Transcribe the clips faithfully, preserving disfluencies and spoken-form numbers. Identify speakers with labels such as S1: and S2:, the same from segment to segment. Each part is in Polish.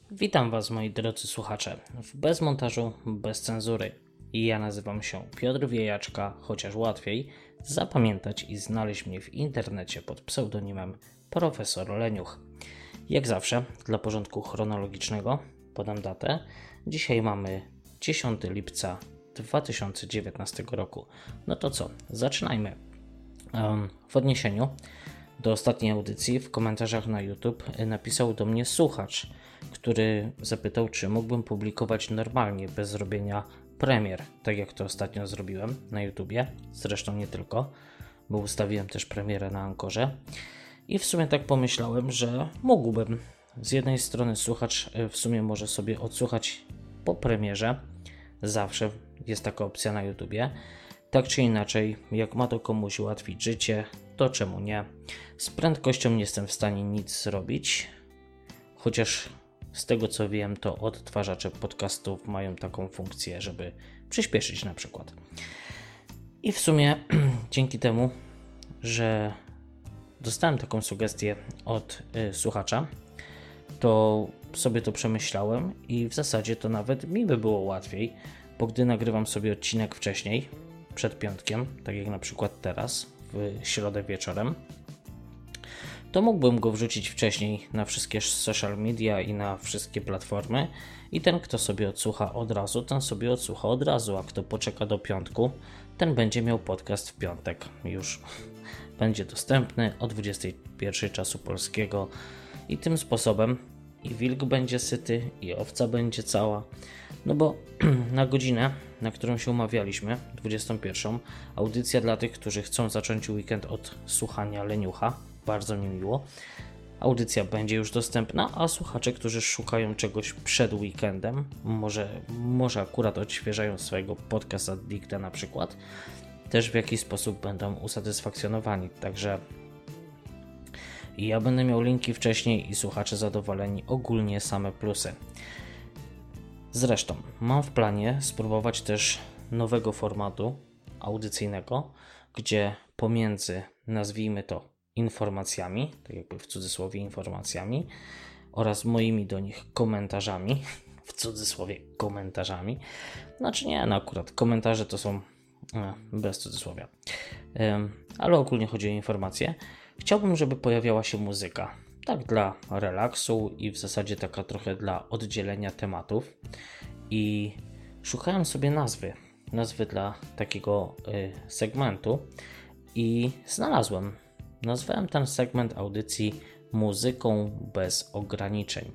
S1: Witam Was, moi drodzy słuchacze, w Bez montażu, bez cenzury. Ja nazywam się Piotr Wiejaczka, chociaż łatwiej zapamiętać i znaleźć mnie w internecie pod pseudonimem Profesor Leniuch. Jak zawsze, dla porządku chronologicznego podam datę. Dzisiaj mamy dziesiątego lipca dwa tysiące dziewiętnastego roku. No to co, zaczynajmy. Um, w odniesieniu do ostatniej audycji w komentarzach na YouTube napisał do mnie słuchacz, który zapytał, czy mógłbym publikować normalnie, bez robienia premier, tak jak to ostatnio zrobiłem na YouTubie, zresztą nie tylko, bo ustawiłem też premierę na Ankorze i w sumie tak pomyślałem, że mógłbym. Z jednej strony słuchacz w sumie może sobie odsłuchać po premierze, zawsze jest taka opcja na YouTubie. Tak czy inaczej, jak ma to komuś ułatwić życie, to czemu nie? Z prędkością nie jestem w stanie nic zrobić, chociaż z tego co wiem, to odtwarzacze podcastów mają taką funkcję, żeby przyspieszyć na przykład. I w sumie dzięki temu, że dostałem taką sugestię od y, słuchacza, to sobie to przemyślałem i w zasadzie to nawet mi by było łatwiej, bo gdy nagrywam sobie odcinek wcześniej, przed piątkiem, tak jak na przykład teraz, w środę wieczorem, to mógłbym go wrzucić wcześniej na wszystkie social media i na wszystkie platformy i ten, kto sobie odsłucha od razu, ten sobie odsłucha od razu, a kto poczeka do piątku, ten będzie miał podcast w piątek już. Będzie dostępny o dwudziestej pierwszej czasu polskiego i tym sposobem i wilk będzie syty, i owca będzie cała. No bo na godzinę, na którą się umawialiśmy, dwudziestą pierwszą, audycja dla tych, którzy chcą zacząć weekend od słuchania Leniucha, bardzo mi miło. Audycja będzie już dostępna, a słuchacze, którzy szukają czegoś przed weekendem, może, może akurat odświeżają swojego podcast Addicta na przykład, też w jakiś sposób będą usatysfakcjonowani. Także ja będę miał linki wcześniej i słuchacze zadowoleni, ogólnie same plusy. Zresztą mam w planie spróbować też nowego formatu audycyjnego, gdzie pomiędzy, nazwijmy to, informacjami, tak jakby w cudzysłowie informacjami, oraz moimi do nich komentarzami, w cudzysłowie komentarzami, znaczy nie, no akurat komentarze to są e, bez cudzysłowia, e, ale ogólnie chodzi o informacje. Chciałbym, żeby pojawiała się muzyka, tak dla relaksu i w zasadzie taka trochę dla oddzielenia tematów i szukałem sobie nazwy, nazwy dla takiego y, segmentu i znalazłem. Nazwałem ten segment audycji muzyką bez ograniczeń.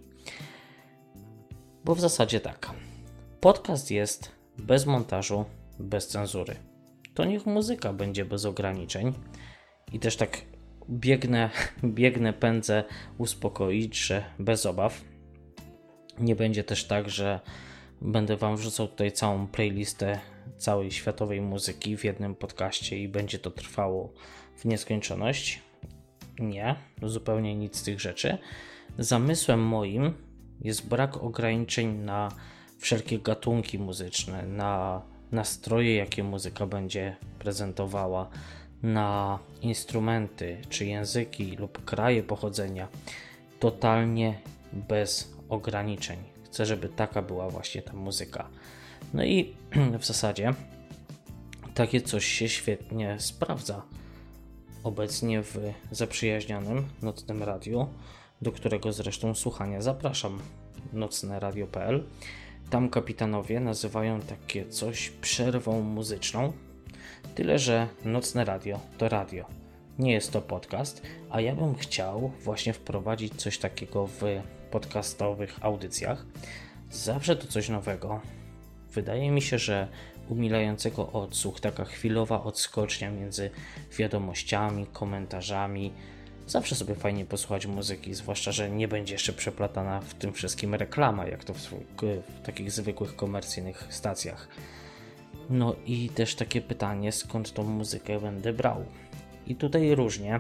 S1: Bo w zasadzie tak, podcast jest bez montażu, bez cenzury. To niech muzyka będzie bez ograniczeń i też tak biegnę, biegnę, pędzę uspokoić, że bez obaw. Nie będzie też tak, że będę Wam wrzucał tutaj całą playlistę całej światowej muzyki w jednym podcaście i będzie to trwało w nieskończoność. Nie, zupełnie nic z tych rzeczy. Zamysłem moim jest brak ograniczeń na wszelkie gatunki muzyczne, na nastroje, jakie muzyka będzie prezentowała, na instrumenty, czy języki lub kraje pochodzenia. Totalnie bez ograniczeń. Chcę, żeby taka była właśnie ta muzyka. No i w zasadzie takie coś się świetnie sprawdza obecnie w zaprzyjaźnionym Nocnym Radiu, do którego zresztą słuchania zapraszam, nocne radio kropka p l. Tam kapitanowie nazywają takie coś przerwą muzyczną, tyle że Nocne Radio to radio. Nie jest to podcast, a ja bym chciał właśnie wprowadzić coś takiego w podcastowych audycjach. Zawsze to coś nowego. Wydaje mi się, że umilającego odsłuch, taka chwilowa odskocznia między wiadomościami, komentarzami. Zawsze sobie fajnie posłuchać muzyki, zwłaszcza, że nie będzie jeszcze przeplatana w tym wszystkim reklama, jak to w, w takich zwykłych komercyjnych stacjach. No i też takie pytanie, skąd tą muzykę będę brał? I tutaj różnie,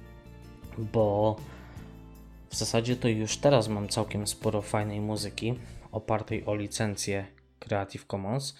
S1: bo w zasadzie to już teraz mam całkiem sporo fajnej muzyki opartej o licencję Creative Commons,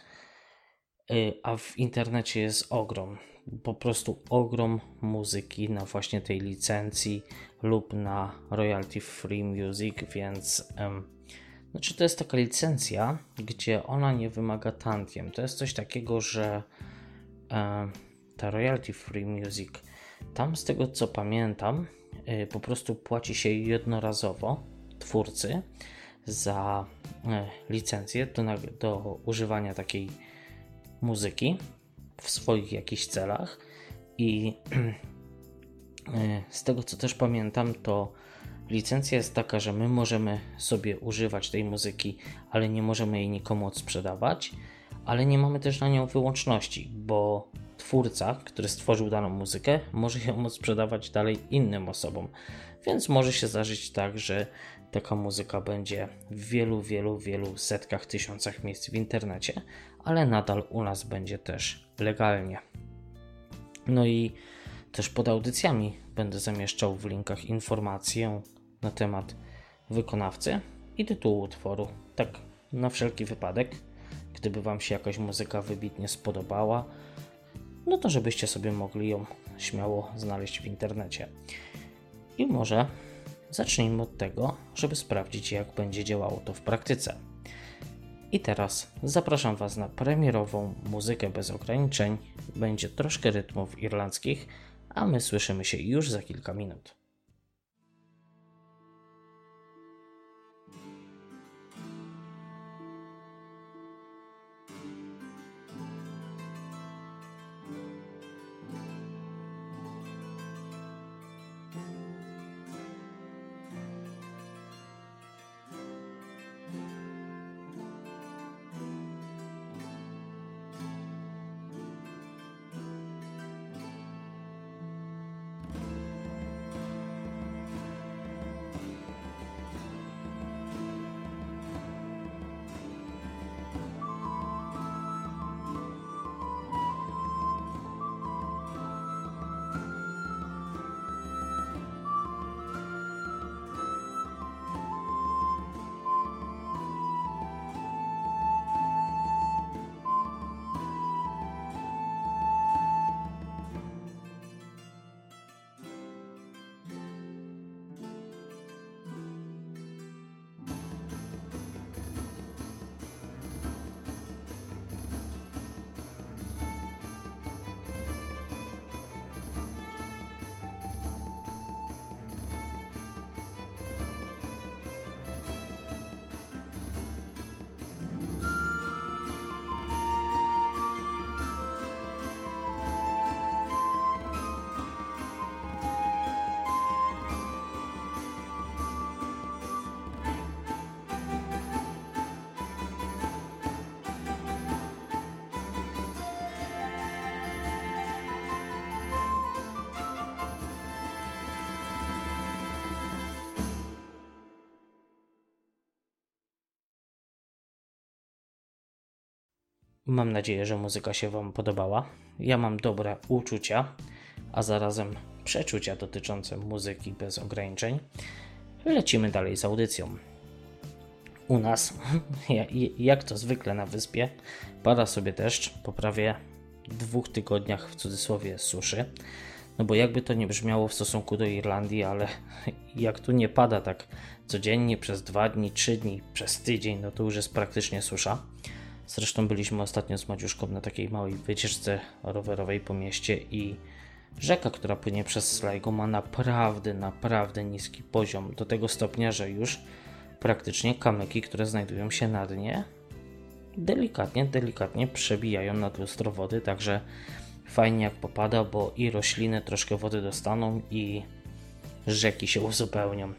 S1: a w internecie jest ogrom, po prostu ogrom muzyki na właśnie tej licencji lub na royalty free music, więc um, Znaczy to jest taka licencja, gdzie ona nie wymaga tantiem. To jest coś takiego, że e, ta royalty free music, tam z tego co pamiętam, e, po prostu płaci się jednorazowo twórcy za e, licencję do, do używania takiej muzyki w swoich jakichś celach i e, z tego co też pamiętam, to licencja jest taka, że my możemy sobie używać tej muzyki, ale nie możemy jej nikomu odsprzedawać, ale nie mamy też na nią wyłączności, bo twórca, który stworzył daną muzykę, może ją odsprzedawać dalej innym osobom, więc może się zdarzyć tak, że taka muzyka będzie w wielu, wielu, wielu setkach, tysiącach miejsc w internecie, ale nadal u nas będzie też legalnie. No i też pod audycjami będę zamieszczał w linkach informację na temat wykonawcy i tytułu utworu. Tak na wszelki wypadek, gdyby Wam się jakaś muzyka wybitnie spodobała, no to żebyście sobie mogli ją śmiało znaleźć w internecie. I może zacznijmy od tego, żeby sprawdzić, jak będzie działało to w praktyce. I teraz zapraszam Was na premierową muzykę bez ograniczeń. Będzie troszkę rytmów irlandzkich, a my słyszymy się już za kilka minut. Mam nadzieję, że muzyka się Wam podobała. Ja mam dobre uczucia, a zarazem przeczucia dotyczące muzyki bez ograniczeń. Lecimy dalej z audycją. U nas, jak to zwykle na wyspie, pada sobie deszcz po prawie dwóch tygodniach w cudzysłowie suszy. No bo jakby to nie brzmiało w stosunku do Irlandii, ale jak tu nie pada tak codziennie przez dwa dni, trzy dni, przez tydzień, no to już jest praktycznie susza. Zresztą byliśmy ostatnio z Madziuszką na takiej małej wycieczce rowerowej po mieście i rzeka, która płynie przez Sligo, ma naprawdę, naprawdę niski poziom. Do tego stopnia, że już praktycznie kamyki, które znajdują się na dnie, delikatnie, delikatnie przebijają nad lustro wody, także fajnie jak popada, bo i rośliny troszkę wody dostaną i rzeki się uzupełnią.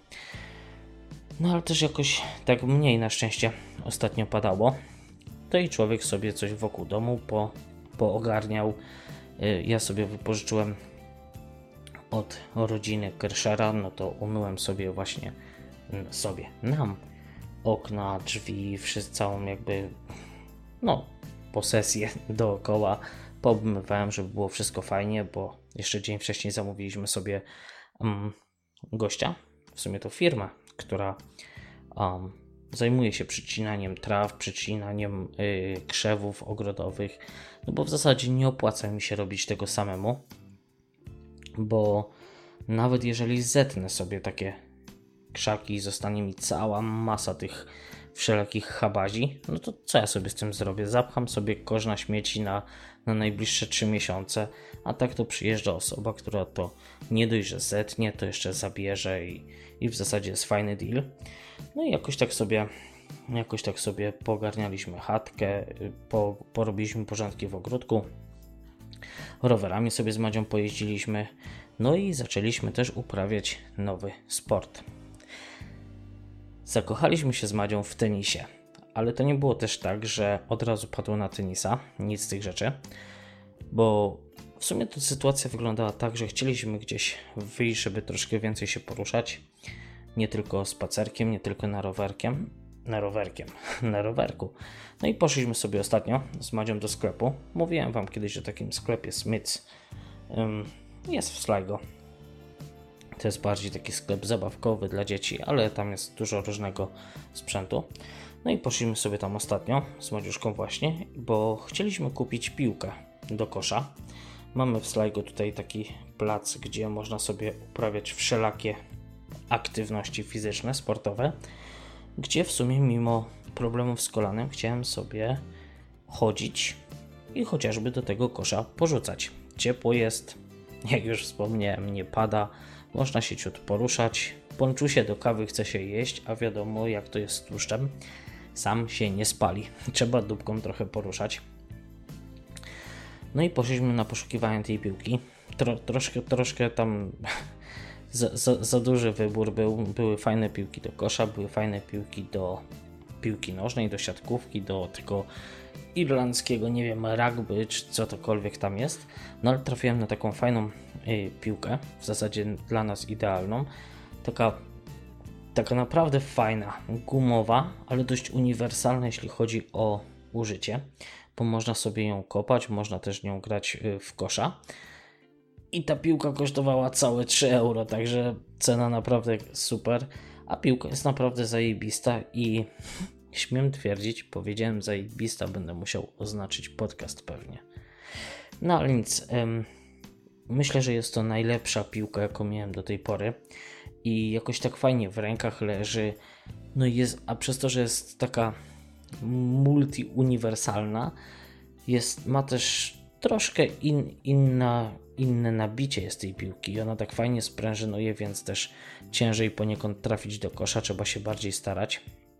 S1: No ale też jakoś tak mniej na szczęście ostatnio padało. To i człowiek sobie coś wokół domu po, poogarniał. Ja sobie wypożyczyłem od rodziny Kershera, no to umyłem sobie właśnie, sobie, nam okna, drzwi, wszystko, całą jakby, no, posesję dookoła. Poobmywałem, żeby było wszystko fajnie, bo jeszcze dzień wcześniej zamówiliśmy sobie um, gościa, w sumie to firma, która um, zajmuje się przycinaniem traw, przycinaniem yy, krzewów ogrodowych, no bo w zasadzie nie opłaca mi się robić tego samemu, bo nawet jeżeli zetnę sobie takie krzaki i zostanie mi cała masa tych wszelakich chabazi, no to co ja sobie z tym zrobię? Zapcham sobie kosz na śmieci na, na najbliższe trzy miesiące, a tak to przyjeżdża osoba, która to nie dość, że zetnie, to jeszcze zabierze i, i w zasadzie jest fajny deal. No i jakoś tak sobie jakoś tak sobie pogarnialiśmy chatkę, po, porobiliśmy porządki w ogródku, rowerami sobie z Madzią pojeździliśmy, no i zaczęliśmy też uprawiać nowy sport. Zakochaliśmy się z Madzią w tenisie, ale to nie było też tak, że od razu padło na tenisa, nic z tych rzeczy, bo w sumie to sytuacja wyglądała tak, że chcieliśmy gdzieś wyjść, żeby troszkę więcej się poruszać, nie tylko spacerkiem, nie tylko na rowerkiem, na rowerkiem, na rowerku. No i poszliśmy sobie ostatnio z Madzią do sklepu. Mówiłem wam kiedyś o takim sklepie Smyths. Um, jest w Sligo. To jest bardziej taki sklep zabawkowy dla dzieci, ale tam jest dużo różnego sprzętu. No i poszliśmy sobie tam ostatnio z Madziuszką właśnie, bo chcieliśmy kupić piłkę do kosza. Mamy w Sligo tutaj taki plac, gdzie można sobie uprawiać wszelakie aktywności fizyczne, sportowe, gdzie w sumie mimo problemów z kolanem chciałem sobie chodzić i chociażby do tego kosza porzucać. Ciepło jest, jak już wspomniałem, nie pada, można się ciut poruszać, ponczusie do kawy chce się jeść, a wiadomo jak to jest z tłuszczem, sam się nie spali, trzeba dupką trochę poruszać. No i poszliśmy na poszukiwanie tej piłki, Tro, troszkę, troszkę tam za, za, za duży wybór był, były fajne piłki do kosza, były fajne piłki do piłki nożnej, do siatkówki, do tego irlandzkiego, nie wiem, rugby, czy co tokolwiek tam jest. No ale trafiłem na taką fajną y, piłkę, w zasadzie dla nas idealną. Taka, taka naprawdę fajna, gumowa, ale dość uniwersalna, jeśli chodzi o użycie, bo można sobie ją kopać, można też nią grać y, w kosza. I ta piłka kosztowała całe trzy euro, także cena naprawdę super, a piłka jest naprawdę zajebista i śmiem twierdzić, powiedziałem zajebista, będę musiał oznaczyć podcast pewnie. No ale nic, ym, myślę, że jest to najlepsza piłka, jaką miałem do tej pory i jakoś tak fajnie w rękach leży, no i jest, a przez to, że jest taka multi-uniwersalna, jest, ma też troszkę in, inna, inne nabicie jest tej piłki i ona tak fajnie sprężynuje, więc też ciężej poniekąd trafić do kosza, trzeba się bardziej starać.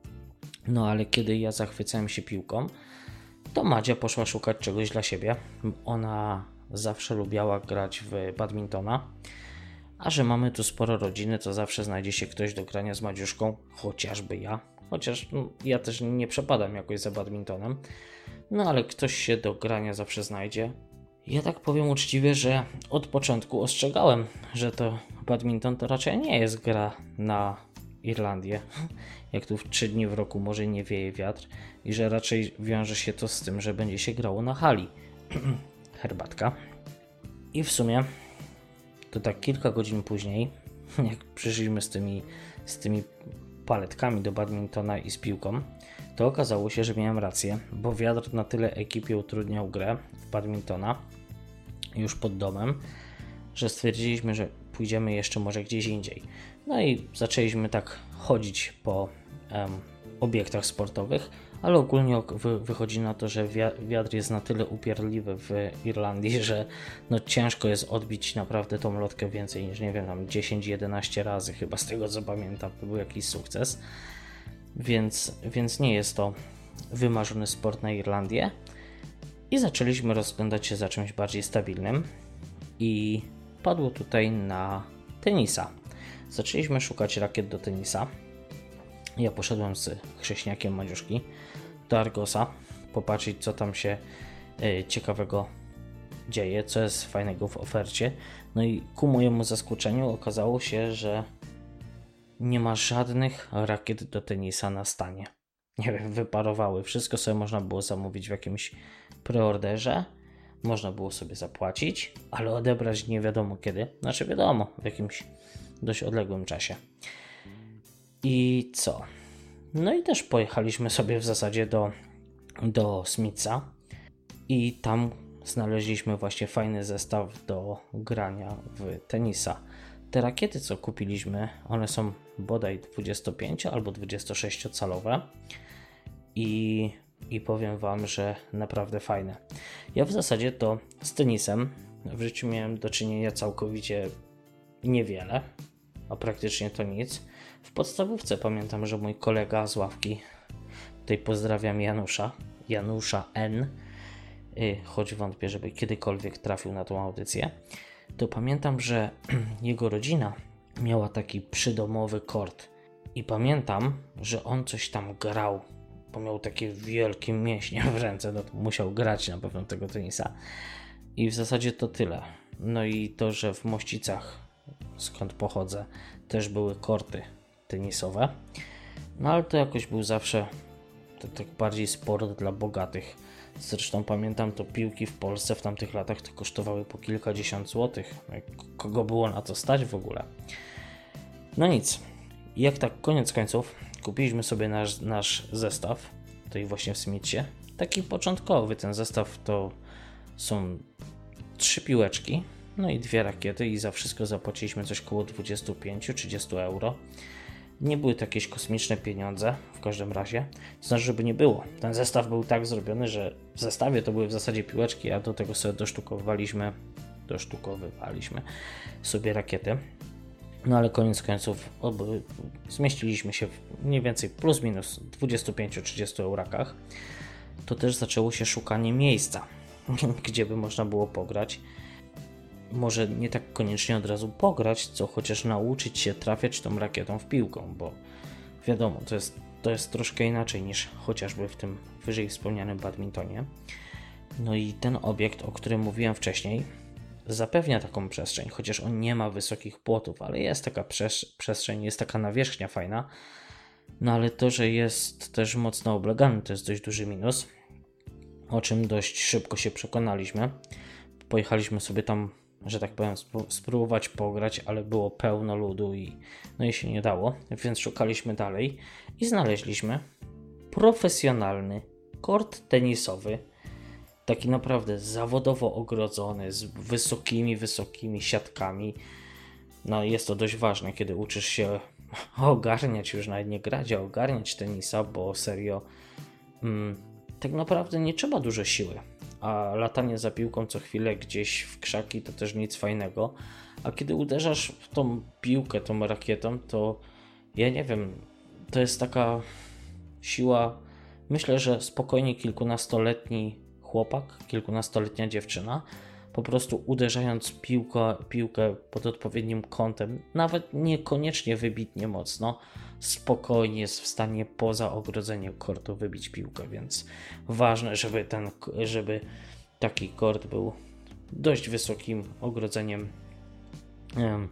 S1: No ale kiedy ja zachwycałem się piłką, to Madzia poszła szukać czegoś dla siebie. Ona zawsze lubiała grać w badmintona, a że mamy tu sporo rodziny, to zawsze znajdzie się ktoś do grania z Madziuszką, chociażby ja. Chociaż no, ja też nie przepadam jakoś za badmintonem, no ale ktoś się do grania zawsze znajdzie. Ja tak powiem uczciwie, że od początku ostrzegałem, że to badminton to raczej nie jest gra na Irlandię, jak tu w trzy dni w roku może nie wieje wiatr i że raczej wiąże się to z tym, że będzie się grało na hali. Herbatka. I w sumie to tak kilka godzin później, jak przyszliśmy z tymi, z tymi paletkami do badmintona i z piłką, to okazało się, że miałem rację, bo wiatr na tyle ekipie utrudniał grę w badmintona już pod domem, że stwierdziliśmy, że pójdziemy jeszcze może gdzieś indziej. No i zaczęliśmy tak chodzić po um, obiektach sportowych, ale ogólnie wy, wychodzi na to, że wiatr jest na tyle upierdliwy w Irlandii, że no ciężko jest odbić naprawdę tą lotkę więcej niż, nie wiem, tam dziesięć jedenaście razy chyba z tego co pamiętam, to był jakiś sukces. Więc, więc nie jest to wymarzony sport na Irlandię i zaczęliśmy rozglądać się za czymś bardziej stabilnym i padło tutaj na tenisa. Zaczęliśmy szukać rakiet do tenisa. Ja poszedłem z chrześniakiem Madziuszki do Argosa popatrzeć, co tam się y, ciekawego dzieje, co jest fajnego w ofercie. No i ku mojemu zaskoczeniu okazało się, że nie ma żadnych rakiet do tenisa na stanie. Nie wiem, wyparowały. Wszystko sobie można było zamówić w jakimś preorderze. Można było sobie zapłacić, ale odebrać nie wiadomo kiedy. Znaczy wiadomo, w jakimś dość odległym czasie. I co? No i też pojechaliśmy sobie w zasadzie do, do Smythsa i tam znaleźliśmy właśnie fajny zestaw do grania w tenisa. te rakiety, co kupiliśmy, one są bodaj dwudziestopięcio albo dwudziestosześciocalowe i, i powiem Wam, że naprawdę fajne. Ja w zasadzie to z tenisem w życiu miałem do czynienia całkowicie niewiele, a praktycznie to nic. W podstawówce pamiętam, że mój kolega z ławki, tutaj pozdrawiam Janusza, Janusza N, choć wątpię, żeby kiedykolwiek trafił na tą audycję, to pamiętam, że jego rodzina miała taki przydomowy kort i pamiętam, że on coś tam grał, bo miał takie wielkie mięśnie w ręce, no to musiał grać na pewno tego tenisa i w zasadzie to tyle. No i to, że w Mościcach, skąd pochodzę, też były korty tenisowe, no ale to jakoś był zawsze to, tak bardziej sport dla bogatych. Zresztą pamiętam, to piłki w Polsce w tamtych latach to kosztowały po kilkadziesiąt złotych. Kogo było na to stać w ogóle? No nic. Jak tak koniec końców kupiliśmy sobie nasz, nasz zestaw, tutaj właśnie w Smithsie. Taki początkowy. Ten zestaw to są trzy piłeczki, no i dwie rakiety i za wszystko zapłaciliśmy coś koło dwadzieścia pięć do trzydziestu euro. Nie były to jakieś kosmiczne pieniądze, w każdym razie. To znaczy, żeby nie było. Ten zestaw był tak zrobiony, że w zestawie to były w zasadzie piłeczki, a do tego sobie dosztukowaliśmy, dosztukowywaliśmy sobie rakiety. No ale koniec końców oby, zmieściliśmy się w mniej więcej plus minus dwudziestu pięciu do trzydziestu eurakach. To też zaczęło się szukanie miejsca, gdzie by można było pograć. Może nie tak koniecznie od razu pograć, co chociaż nauczyć się trafiać tą rakietą w piłkę, bo wiadomo, to jest, to jest troszkę inaczej niż chociażby w tym wyżej wspomnianym badmintonie. No i ten obiekt, o którym mówiłem wcześniej, zapewnia taką przestrzeń, chociaż on nie ma wysokich płotów, ale jest taka przesz- przestrzeń, jest taka nawierzchnia fajna. No ale to, że jest też mocno oblegany, to jest dość duży minus, o czym dość szybko się przekonaliśmy. Pojechaliśmy sobie tam, że tak powiem, spróbować pograć, ale było pełno ludu i no i się nie dało, więc szukaliśmy dalej i znaleźliśmy profesjonalny kort tenisowy, taki naprawdę zawodowo ogrodzony, z wysokimi, wysokimi siatkami. No jest to dość ważne, kiedy uczysz się ogarniać, już nawet nie grać, a ogarniać tenisa, bo serio mm, tak naprawdę nie trzeba dużo siły. A latanie za piłką co chwilę gdzieś w krzaki to też nic fajnego. A kiedy uderzasz w tą piłkę, tą rakietą, to ja nie wiem, to jest taka siła, myślę, że spokojnie kilkunastoletni chłopak, kilkunastoletnia dziewczyna, po prostu uderzając piłkę, piłkę pod odpowiednim kątem, nawet niekoniecznie wybitnie mocno, spokojnie jest w stanie poza ogrodzenie kortu wybić piłkę, więc ważne, żeby ten, żeby taki kort był dość wysokim ogrodzeniem um,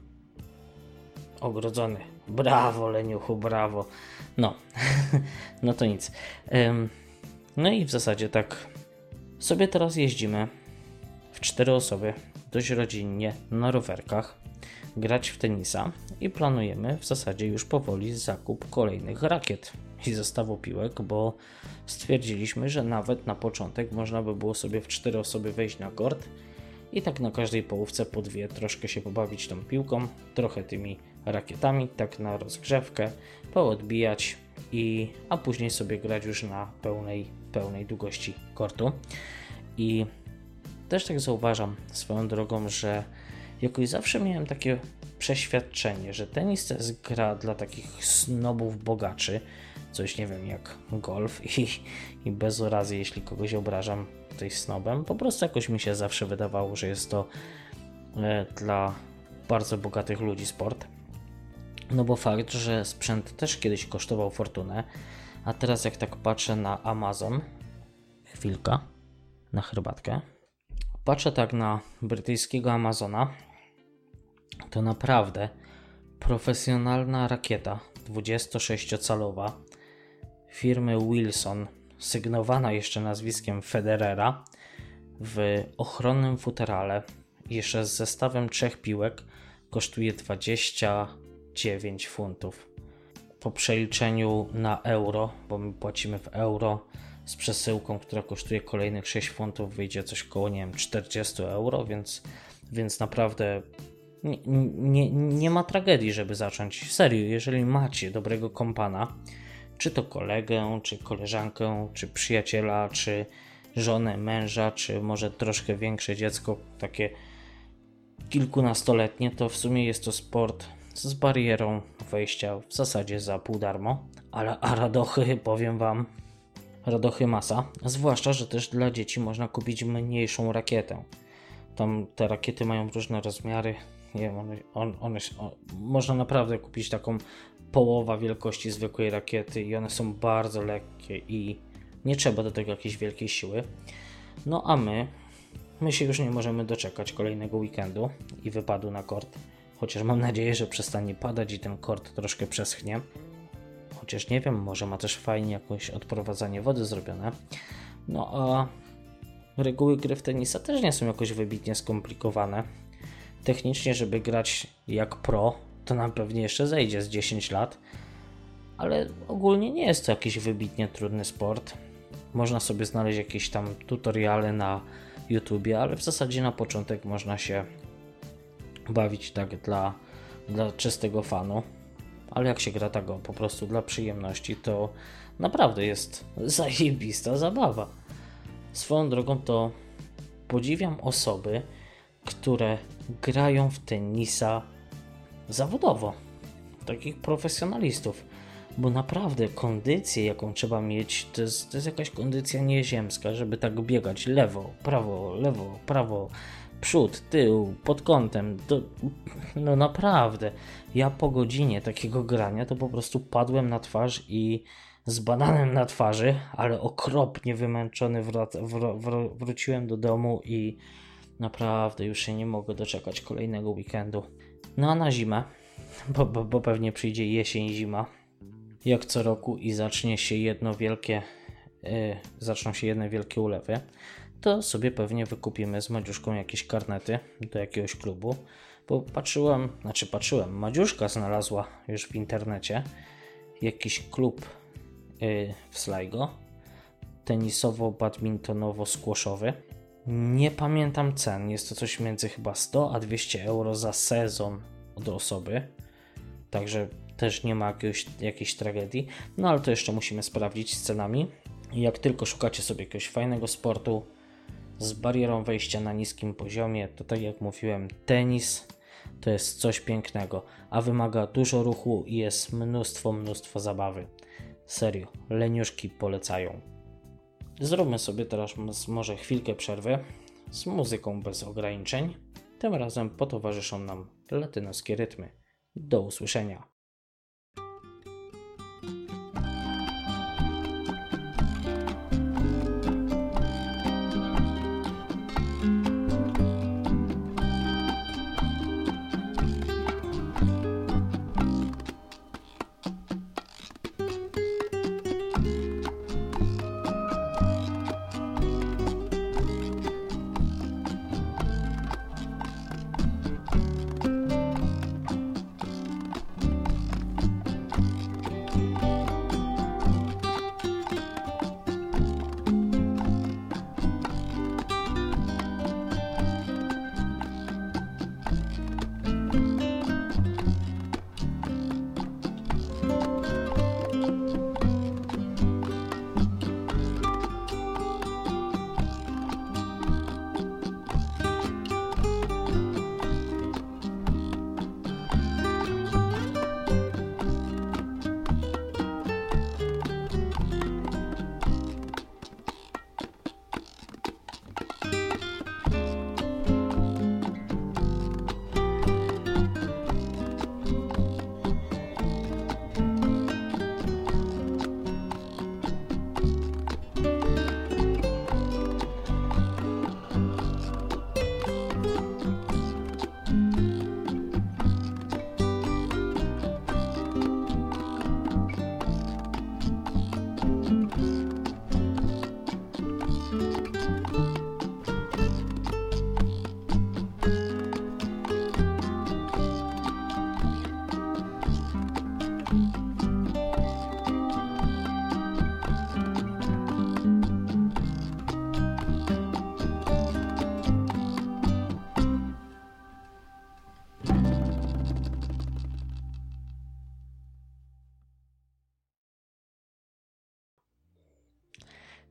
S1: ogrodzony. Brawo, Leniuchu, brawo. No, no to nic. Um, no i w zasadzie tak sobie teraz jeździmy w cztery osoby, dość rodzinnie, na rowerkach, grać w tenisa i planujemy w zasadzie już powoli zakup kolejnych rakiet i zestawu piłek, bo stwierdziliśmy, że nawet na początek można by było sobie w cztery osoby wejść na kort i tak na każdej połówce po dwie troszkę się pobawić tą piłką, trochę tymi rakietami, tak na rozgrzewkę, poodbijać i a później sobie grać już na pełnej, pełnej długości kortu. I też tak zauważam swoją drogą, że jakoś zawsze miałem takie przeświadczenie, że tenis to jest gra dla takich snobów bogaczy, coś nie wiem jak golf i, i bez urazy, jeśli kogoś obrażam tutaj snobem, po prostu jakoś mi się zawsze wydawało, że jest to e, dla bardzo bogatych ludzi sport. No bo fakt, że sprzęt też kiedyś kosztował fortunę, a teraz jak tak patrzę na Amazon, chwilka, na herbatkę, patrzę tak na brytyjskiego Amazona, to naprawdę profesjonalna rakieta dwudziestosześciocalowa firmy Wilson, sygnowana jeszcze nazwiskiem Federera, w ochronnym futerale, jeszcze z zestawem trzech piłek, kosztuje dwadzieścia dziewięć funtów. Po przeliczeniu na euro, bo my płacimy w euro, z przesyłką, która kosztuje kolejnych sześć funtów, wyjdzie coś koło, nie wiem, czterdzieści euro, więc, więc naprawdę nie, nie, nie ma tragedii, żeby zacząć. Serio, jeżeli macie dobrego kompana, czy to kolegę, czy koleżankę, czy przyjaciela, czy żonę, męża, czy może troszkę większe dziecko, takie kilkunastoletnie, to w sumie jest to sport z barierą wejścia w zasadzie za pół darmo, ale a radochy, powiem wam, radochy masa, zwłaszcza, że też dla dzieci można kupić mniejszą rakietę. Tam te rakiety mają różne rozmiary, nie wiem, one, one, one on, można naprawdę kupić taką połowa wielkości zwykłej rakiety i one są bardzo lekkie i nie trzeba do tego jakiejś wielkiej siły. No a my, my się już nie możemy doczekać kolejnego weekendu i wypadu na kort, chociaż mam nadzieję, że przestanie padać i ten kort troszkę przeschnie. Chociaż nie wiem, może ma też fajnie jakieś odprowadzanie wody zrobione. No a reguły gry w tenisa też nie są jakoś wybitnie skomplikowane. Technicznie, żeby grać jak pro, to nam pewnie jeszcze zejdzie z dziesięć lat, ale ogólnie nie jest to jakiś wybitnie trudny sport. Można sobie znaleźć jakieś tam tutoriale na YouTubie, ale w zasadzie na początek można się bawić tak dla, dla czystego fanu. Ale jak się gra tak o, po prostu dla przyjemności, to naprawdę jest zajebista zabawa. Swoją drogą to podziwiam osoby, które grają w tenisa zawodowo, takich profesjonalistów, bo naprawdę kondycję, jaką trzeba mieć, to jest, to jest jakaś kondycja nieziemska, żeby tak biegać lewo, prawo, lewo, prawo, przód, tył, pod kątem, to, no naprawdę, ja po godzinie takiego grania to po prostu padłem na twarz i z bananem na twarzy, ale okropnie wymęczony wrac- wr- wr- wróciłem do domu i naprawdę już się nie mogę doczekać kolejnego weekendu. No a na zimę, bo, bo, bo pewnie przyjdzie jesień, zima, jak co roku i zacznie się jedno wielkie, yy, zaczną się jedne wielkie ulewy, to sobie pewnie wykupimy z Madziuszką jakieś karnety do jakiegoś klubu, bo patrzyłem, znaczy patrzyłem, Madziuszka znalazła już w internecie jakiś klub yy, w Sligo, tenisowo-badmintonowo-squashowy. Nie pamiętam cen, jest to coś między chyba sto a dwieście euro za sezon od osoby, także też nie ma jakiegoś, jakiejś tragedii, no ale to jeszcze musimy sprawdzić z cenami. Jak tylko szukacie sobie jakiegoś fajnego sportu z barierą wejścia na niskim poziomie, to tak jak mówiłem, tenis to jest coś pięknego, a wymaga dużo ruchu i jest mnóstwo, mnóstwo zabawy. Serio, leniuszki polecają. Zróbmy sobie teraz może chwilkę przerwy z muzyką bez ograniczeń. Tym razem potowarzyszą nam latynoskie rytmy. Do usłyszenia.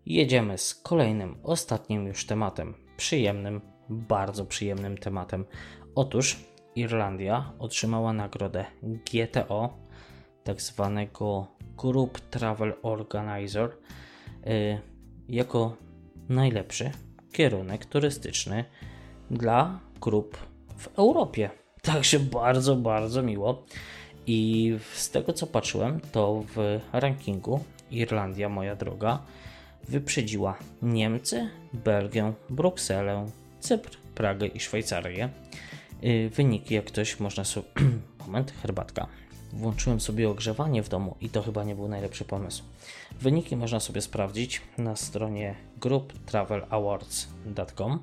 S1: jedziemy z kolejnym, ostatnim już tematem. Przyjemnym, bardzo przyjemnym tematem. Otóż Irlandia otrzymała nagrodę G T O, tak zwanego Group Travel Organizer, yy, jako najlepszy kierunek turystyczny dla grup w Europie. Także bardzo, bardzo miło. I z tego co patrzyłem, to w rankingu Irlandia, moja droga, wyprzedziła Niemcy, Belgię, Brukselę, Cypr, Pragę i Szwajcarię. Yy, wyniki jak ktoś można sobie... Moment, herbatka. Włączyłem sobie ogrzewanie w domu i to chyba nie był najlepszy pomysł. Wyniki można sobie sprawdzić na stronie group travel awards kropka com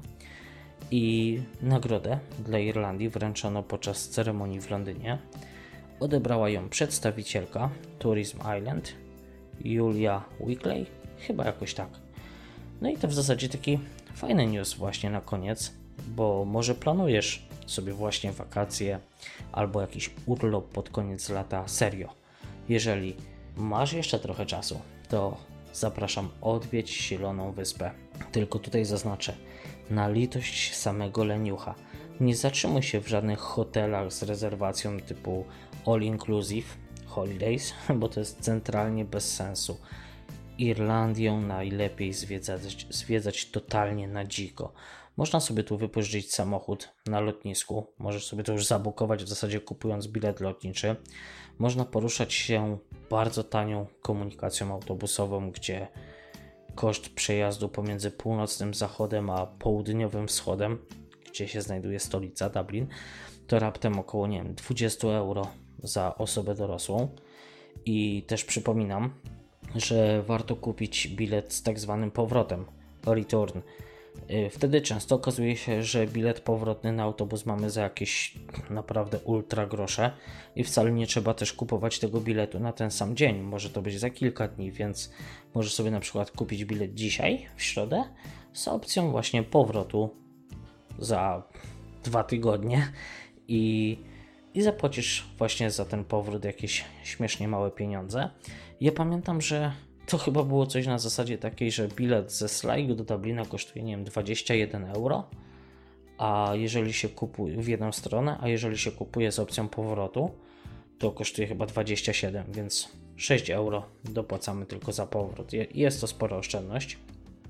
S1: i nagrodę dla Irlandii wręczono podczas ceremonii w Londynie. Odebrała ją przedstawicielka Tourism Island, Julia Wickley, chyba jakoś tak. No i to w zasadzie taki fajny news właśnie na koniec, bo może planujesz sobie właśnie wakacje albo jakiś urlop pod koniec lata serio. Jeżeli masz jeszcze trochę czasu, to zapraszam odwiedź Zieloną Wyspę. Tylko tutaj zaznaczę, na litość samego leniucha, nie zatrzymuj się w żadnych hotelach z rezerwacją typu all inclusive holidays, bo to jest centralnie bez sensu. Irlandią najlepiej zwiedzać, zwiedzać totalnie na dziko. Można sobie tu wypożyczyć samochód na lotnisku, możesz sobie to już zabukować w zasadzie kupując bilet lotniczy. Można poruszać się bardzo tanią komunikacją autobusową, gdzie koszt przejazdu pomiędzy północnym zachodem a południowym wschodem, gdzie się znajduje stolica Dublin, to raptem około, nie wiem, dwadzieścia euro za osobę dorosłą. I też przypominam, że warto kupić bilet z tak zwanym powrotem, return. Wtedy często okazuje się, że bilet powrotny na autobus mamy za jakieś naprawdę ultra grosze i wcale nie trzeba też kupować tego biletu na ten sam dzień. Może to być za kilka dni, więc możesz sobie na przykład kupić bilet dzisiaj, w środę, z opcją właśnie powrotu za dwa tygodnie i, i zapłacisz właśnie za ten powrót jakieś śmiesznie małe pieniądze. Ja pamiętam, że to chyba było coś na zasadzie takiej, że bilet ze Sligo do Dublina kosztuje, nie wiem, dwadzieścia jeden euro, a jeżeli się kupuje w jedną stronę, a jeżeli się kupuje z opcją powrotu, to kosztuje chyba dwadzieścia siedem, więc sześć euro dopłacamy tylko za powrót. Jest to spora oszczędność.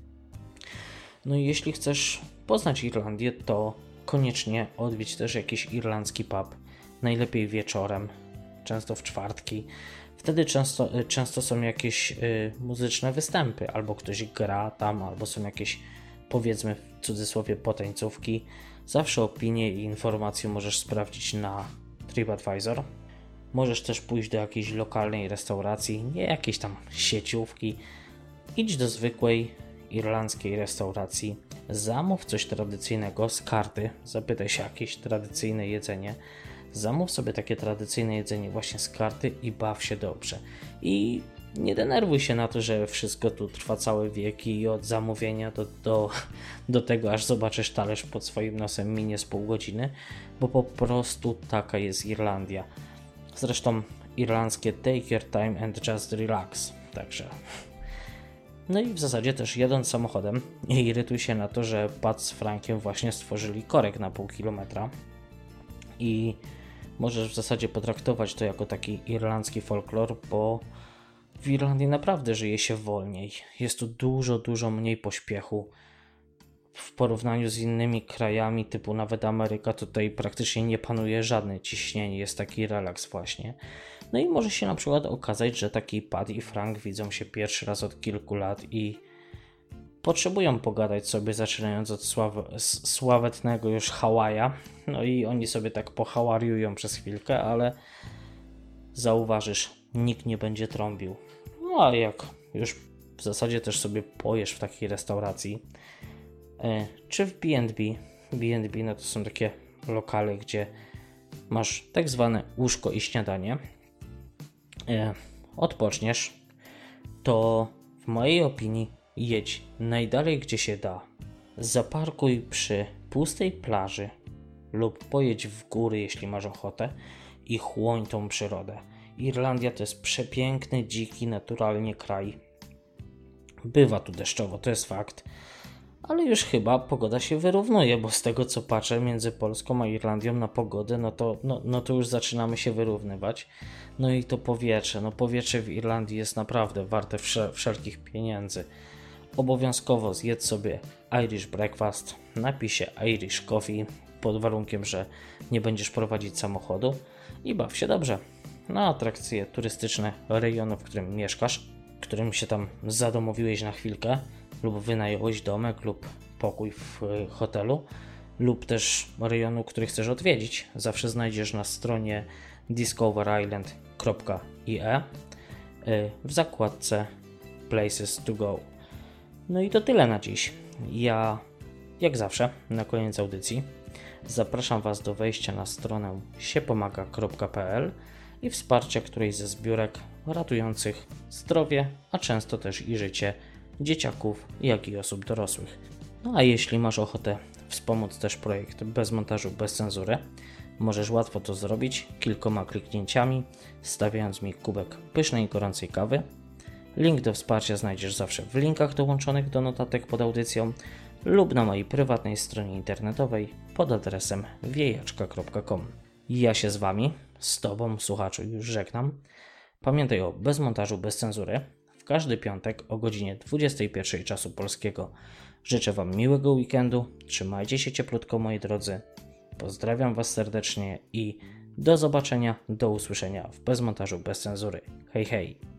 S1: No i jeśli chcesz poznać Irlandię, to koniecznie odwiedź też jakiś irlandzki pub, najlepiej wieczorem, często w czwartki. Wtedy często, często są jakieś y, muzyczne występy, albo ktoś gra tam, albo są jakieś, powiedzmy w cudzysłowie, potańcówki. Zawsze opinie i informacje możesz sprawdzić na TripAdvisor. Możesz też pójść do jakiejś lokalnej restauracji, nie jakiejś tam sieciówki. Idź do zwykłej irlandzkiej restauracji, zamów coś tradycyjnego z karty, zapytaj się jakieś tradycyjne jedzenie. Zamów sobie takie tradycyjne jedzenie właśnie z karty i baw się dobrze. I nie denerwuj się na to, że wszystko tu trwa całe wieki i od zamówienia do, do, do tego, aż zobaczysz talerz pod swoim nosem, minie z pół godziny, bo po prostu taka jest Irlandia. Zresztą irlandzkie take your time and just relax. Także... No i w zasadzie też jadąc samochodem nie irytuj się na to, że Pat z Frankiem właśnie stworzyli korek na pół kilometra i możesz w zasadzie potraktować to jako taki irlandzki folklor, bo w Irlandii naprawdę żyje się wolniej. Jest tu dużo, dużo mniej pośpiechu. W porównaniu z innymi krajami typu nawet Ameryka, tutaj praktycznie nie panuje żadne ciśnienie, jest taki relaks właśnie. No i może się na przykład okazać, że taki Pat i Frank widzą się pierwszy raz od kilku lat i potrzebują pogadać sobie, zaczynając od sław- sławetnego już Hawaja. No i oni sobie tak pohałariują przez chwilkę, ale zauważysz, nikt nie będzie trąbił. No a jak już w zasadzie też sobie pojesz w takiej restauracji, e, czy w B and B, B and B no to są takie lokale, gdzie masz tak zwane łóżko i śniadanie, e, odpoczniesz, to w mojej opinii jedź najdalej gdzie się da. Zaparkuj przy pustej plaży lub pojedź w góry, jeśli masz ochotę, i chłoń tą przyrodę. Irlandia to jest przepiękny, dziki, naturalnie kraj. Bywa tu deszczowo, to jest fakt, ale już chyba pogoda się wyrównuje, bo z tego co patrzę między Polską a Irlandią na pogodę, no to, no, no to już zaczynamy się wyrównywać. No i to powietrze, no powietrze w Irlandii jest naprawdę warte wszel- wszelkich pieniędzy. Obowiązkowo zjedz sobie Irish breakfast, napij się Irish coffee, pod warunkiem, że nie będziesz prowadzić samochodu i baw się dobrze. Na atrakcje turystyczne rejonu, w którym mieszkasz, którym się tam zadomowiłeś na chwilkę, lub wynająłeś domek lub pokój w hotelu, lub też rejonu, który chcesz odwiedzić, zawsze znajdziesz na stronie discover island kropka i e w zakładce Places to go. No i to tyle na dziś. Ja, jak zawsze, na koniec audycji zapraszam Was do wejścia na stronę siepomaga kropka pe el i wsparcia którejś ze zbiórek ratujących zdrowie, a często też i życie dzieciaków, jak i osób dorosłych. No a jeśli masz ochotę wspomóc też projekt Bez montażu, bez cenzury, możesz łatwo to zrobić kilkoma kliknięciami, stawiając mi kubek pysznej i gorącej kawy. Link do wsparcia znajdziesz zawsze w linkach dołączonych do notatek pod audycją lub na mojej prywatnej stronie internetowej pod adresem wiejaczka kropka com. Ja się z Wami, z Tobą, słuchaczu, już żegnam. Pamiętaj o Bez montażu, bez cenzury. W każdy piątek o godzinie dwudziestej pierwszej czasu polskiego. Życzę Wam miłego weekendu, trzymajcie się cieplutko, moi drodzy. Pozdrawiam Was serdecznie i do zobaczenia, do usłyszenia w Bez montażu, bez cenzury. Hej, hej!